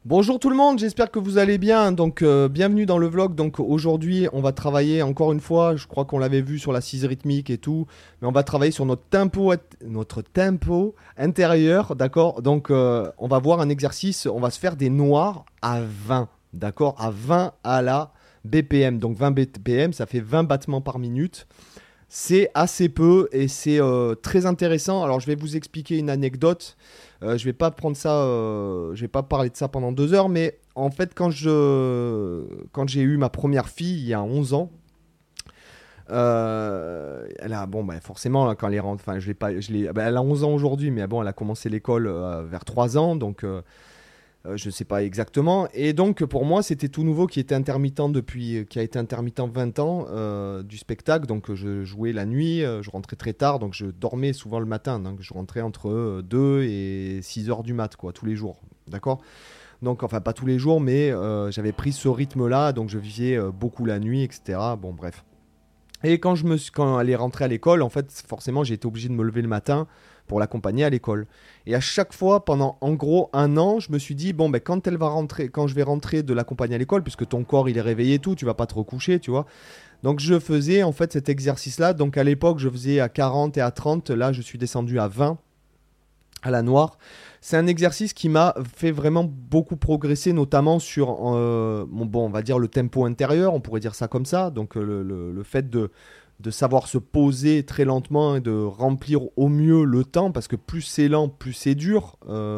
Bonjour tout le monde, j'espère que vous allez bien. Bienvenue dans le vlog. Donc aujourd'hui, on va travailler encore une fois. Je crois qu'on l'avait vu sur la 6 rythmique et tout, mais on va travailler sur notre tempo intérieur, d'accord. On va voir un exercice. On va se faire des noirs à 20, d'accord, à 20 à la BPM. Donc 20 BPM, ça fait 20 battements par minute. C'est assez peu et c'est très intéressant. Alors je vais vous expliquer une anecdote. Je vais pas prendre ça, je vais pas parler de ça pendant 2 heures, mais en fait quand j'ai eu ma première fille il y a 11 ans, elle a bon bah, forcément là, quand elle est rentrée, enfin bah, elle a 11 ans aujourd'hui, mais bon elle a commencé l'école vers 3 ans, je ne sais pas exactement. Et donc, pour moi, c'était tout nouveau qui était intermittent qui a été intermittent 20 ans du spectacle. Donc, je jouais la nuit, je rentrais très tard, donc je dormais souvent le matin. Donc, je rentrais entre 2 et 6 heures du mat, quoi, tous les jours. D'accord. Donc, enfin, pas tous les jours, mais j'avais pris ce rythme-là, donc je vivais beaucoup la nuit, etc. Bon, bref. Et quand elle est rentrée à l'école, en fait, forcément, j'ai été obligé de me lever le matin pour l'accompagner à l'école. Et à chaque fois, pendant en gros 1 an, je me suis dit, bon, ben, quand je vais rentrer de l'accompagner à l'école, puisque ton corps, il est réveillé et tout, tu vas pas te recoucher, tu vois. Donc, je faisais, en fait, cet exercice-là. Donc, à l'époque, je faisais à 40 et à 30. Là, je suis descendu à 20 à la noire. C'est un exercice qui m'a fait vraiment beaucoup progresser, notamment sur, on va dire le tempo intérieur, on pourrait dire ça comme ça. Donc le fait de savoir se poser très lentement et de remplir au mieux le temps, parce que plus c'est lent, plus c'est dur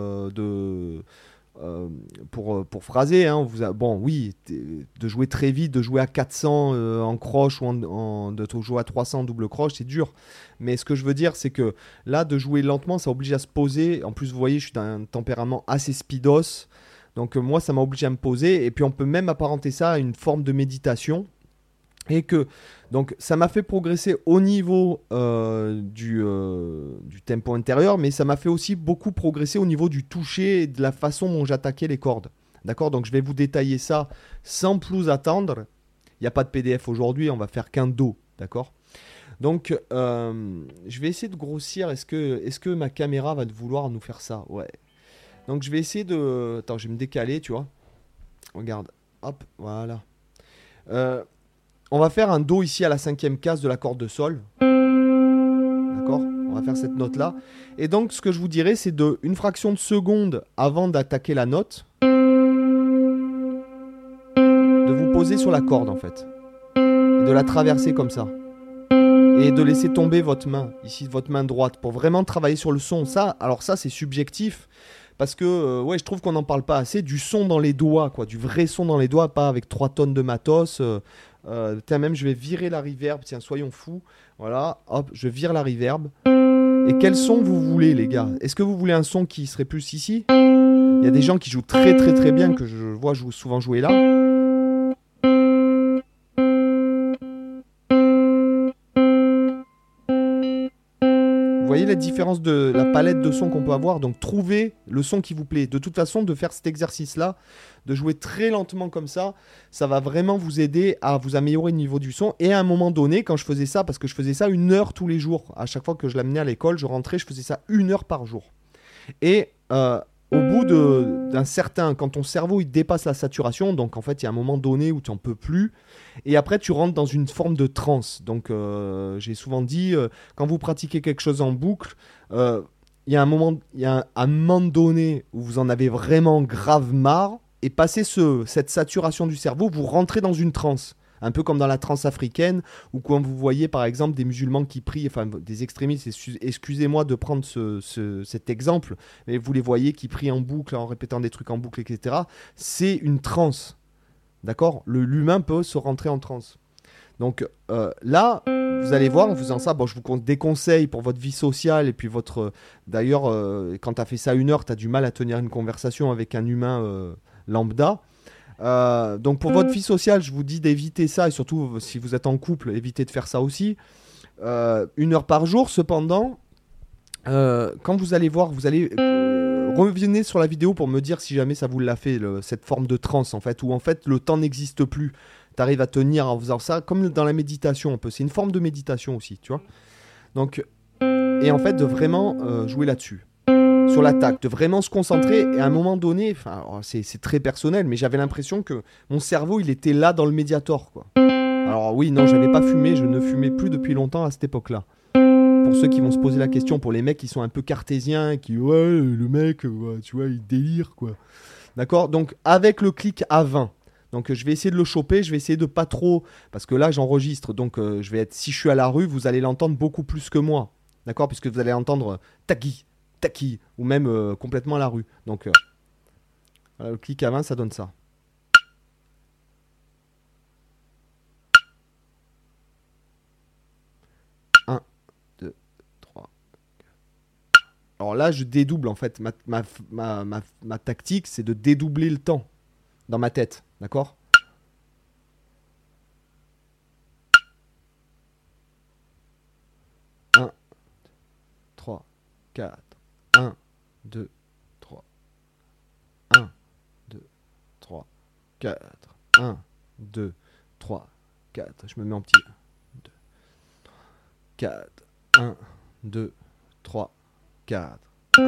euh, pour phraser. Hein, bon, oui, de jouer très vite, de jouer à 400 en croche ou de jouer à 300 en double croche, c'est dur. Mais ce que je veux dire, c'est que là, de jouer lentement, ça oblige à se poser. En plus, vous voyez, je suis d'un tempérament assez speedos. Donc, moi, ça m'a obligé à me poser. Et puis, on peut même apparenter ça à une forme de méditation. Et que, donc, ça m'a fait progresser au niveau du tempo intérieur, mais ça m'a fait aussi beaucoup progresser au niveau du toucher et de la façon dont j'attaquais les cordes. D'accord. Donc, je vais vous détailler ça sans plus attendre. Il n'y a pas de PDF aujourd'hui, on va faire qu'un do. D'accord. Donc, je vais essayer de grossir. Est-ce que ma caméra va vouloir nous faire ça? Ouais. Donc, je vais essayer de. Attends, je vais me décaler, tu vois. Regarde. Hop, voilà. Euh, on va faire un do ici à la cinquième case de la corde de sol. D'accord. On va faire cette note-là. Et donc, ce que je vous dirais, c'est de une fraction de seconde avant d'attaquer la note, de vous poser sur la corde, en fait. Et de la traverser comme ça. Et de laisser tomber votre main, ici votre main droite, pour vraiment travailler sur le son. Alors ça c'est subjectif, parce que ouais, je trouve qu'on n'en parle pas assez du son dans les doigts, quoi, du vrai son dans les doigts, pas avec 3 tonnes de matos. Tiens, même je vais virer la reverb, tiens, soyons fous. Voilà, hop, je vire la reverb. Et quel son vous voulez, les gars? Est-ce que vous voulez un son qui serait plus ici? Il y a des gens qui jouent très très très bien, que je vois souvent jouer là. Vous voyez la différence de la palette de sons qu'on peut avoir. Donc trouvez le son qui vous plaît. De toute façon, de faire cet exercice-là, de jouer très lentement comme ça va vraiment vous aider à vous améliorer le niveau du son. Et à un moment donné, quand je faisais ça, parce que je faisais ça 1 heure tous les jours, à chaque fois que je l'amenais à l'école, je rentrais, je faisais ça 1 heure par jour. Et au bout d'un certain, quand ton cerveau il dépasse la saturation, donc en fait il y a un moment donné où tu n'en peux plus, et après tu rentres dans une forme de transe. Donc j'ai souvent dit, quand vous pratiquez quelque chose en boucle, il y a un moment donné où vous en avez vraiment grave marre, et passé cette saturation du cerveau, vous rentrez dans une transe. Un peu comme dans la transe africaine, ou quand vous voyez par exemple des musulmans qui prient, enfin des extrémistes, excusez-moi de prendre cet exemple, mais vous les voyez qui prient en boucle, en répétant des trucs en boucle, etc. C'est une transe, d'accord. L'humain peut se rentrer en transe. Donc là, vous allez voir en faisant ça, bon, je vous déconseille pour votre vie sociale et puis votre. D'ailleurs, quand tu as fait ça 1 heure, tu as du mal à tenir une conversation avec un humain lambda. Donc pour votre vie sociale, je vous dis d'éviter ça, et surtout si vous êtes en couple, évitez de faire ça aussi. 1 heure par jour, cependant, quand vous allez voir, vous allez revenez sur la vidéo pour me dire si jamais ça vous l'a fait, cette forme de transe en fait, où en fait le temps n'existe plus. Tu arrives à tenir en faisant ça, comme dans la méditation un peu. C'est une forme de méditation aussi, tu vois. Donc, et en fait de vraiment jouer là-dessus. sur l'attaque, de vraiment se concentrer. Et à un moment donné, enfin, c'est très personnel, mais j'avais l'impression que mon cerveau, il était là dans le Mediator, quoi. Alors oui, non, j'avais pas fumé, je ne fumais plus depuis longtemps à cette époque-là. Pour ceux qui vont se poser la question, pour les mecs qui sont un peu cartésiens, qui, ouais, le mec, ouais, tu vois, il délire, quoi. D'accord? Donc, avec le clic A20, donc je vais essayer de le choper, je vais essayer de pas trop, parce que là, j'enregistre, donc je vais être, si je suis à la rue, vous allez l'entendre beaucoup plus que moi. D'accord? Puisque vous allez entendre taki, taki, ou même complètement à la rue. Donc, voilà, le clic A20, ça donne ça. Un, deux, trois. Alors là, je dédouble en fait. Ma tactique, c'est de dédoubler le temps dans ma tête. D'accord? Un, trois, quatre. Un, deux, trois. Un, deux, trois, quatre. Un, deux, trois, quatre. Je me mets en petit. 2, 4. Un, deux, trois, quatre.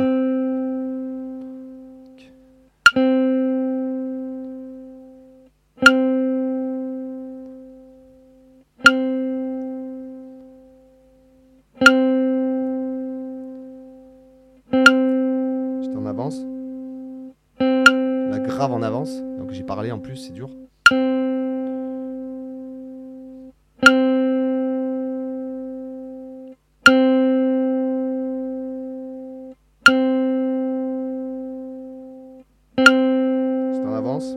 J'étais en avance. La grave en avance. Donc j'ai parlé en plus, c'est dur. J'étais en avance.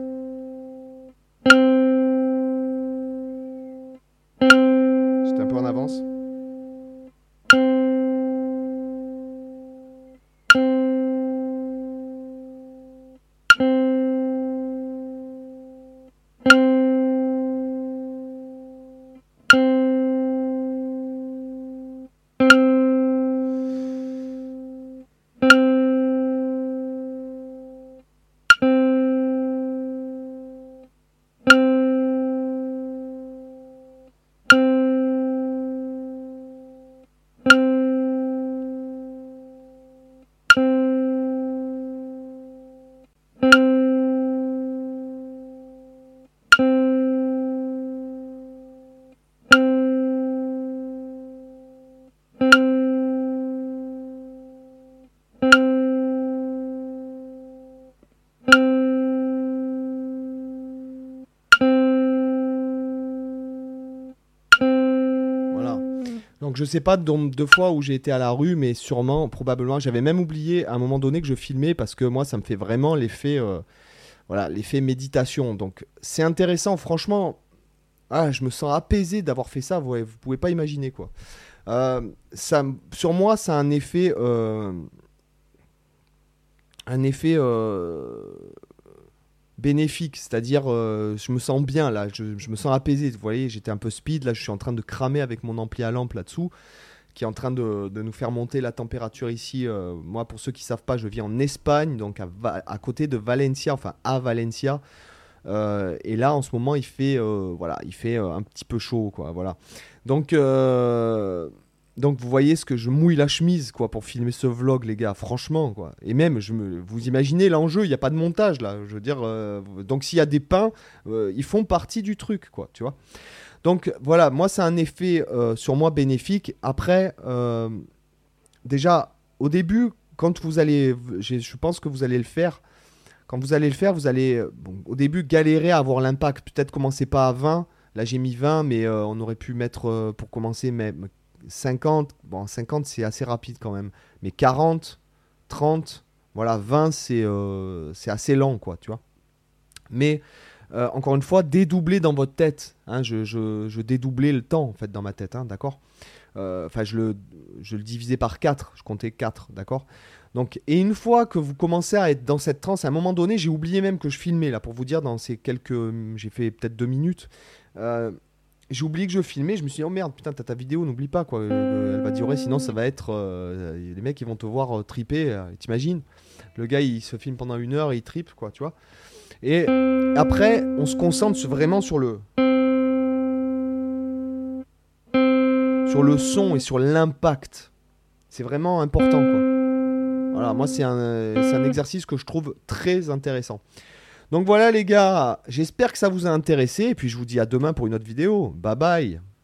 J'étais un peu en avance. Voilà. Donc je sais pas deux fois où j'ai été à la rue, mais sûrement, probablement, j'avais même oublié à un moment donné que je filmais parce que moi, ça me fait vraiment l'effet, voilà, l'effet méditation. Donc c'est intéressant, franchement. Ah, je me sens apaisé d'avoir fait ça. Vous pouvez pas imaginer quoi. Ça, sur moi, ça a un effet bénéfique, c'est-à-dire je me sens bien là, je me sens apaisé. Vous voyez, j'étais un peu speed, là je suis en train de cramer avec mon ampli à lampe là-dessous, qui est en train de nous faire monter la température ici. Moi, pour ceux qui savent pas, je vis en Espagne, donc à côté de Valencia, enfin à Valencia. Et là, en ce moment, il fait, voilà, il fait un petit peu chaud, quoi. Voilà. Donc, donc, vous voyez ce que je mouille la chemise, quoi, pour filmer ce vlog, les gars. Franchement, quoi. Et même, vous imaginez l'enjeu. Il n'y a pas de montage là. Je veux dire, donc s'il y a des pains, ils font partie du truc, quoi. Tu vois. Donc voilà, moi, c'est un effet sur moi bénéfique. Après, déjà, au début, quand vous allez, je pense que vous allez le faire. Quand vous allez le faire, vous allez, bon, au début, galérer à avoir l'impact. Peut-être commencer pas à 20. Là, j'ai mis 20, mais on aurait pu mettre, pour commencer, même 50. Bon, 50, c'est assez rapide quand même. Mais 40, 30, voilà, 20, c'est assez lent, quoi, tu vois. Mais, encore une fois, dédoubler dans votre tête. Hein, je dédoublais le temps, en fait, dans ma tête, hein, d'accord. Enfin, je le divisais par 4. Je comptais 4, d'accord. Donc, et une fois que vous commencez à être dans cette transe, à un moment donné, j'ai oublié même que je filmais, là, pour vous dire, dans ces quelques... J'ai fait peut-être 2 minutes. J'ai oublié que je filmais, je me suis dit, oh merde, putain, t'as ta vidéo, n'oublie pas, quoi. Elle va durer, sinon ça va être... les mecs, ils vont te voir triper, t'imagines? Le gars, il se filme pendant 1 heure et il tripe, quoi, tu vois. Et après, on se concentre vraiment sur le son et sur l'impact. C'est vraiment important, quoi. Voilà, moi c'est un exercice que je trouve très intéressant. Donc voilà les gars, j'espère que ça vous a intéressé et puis je vous dis à demain pour une autre vidéo. Bye bye.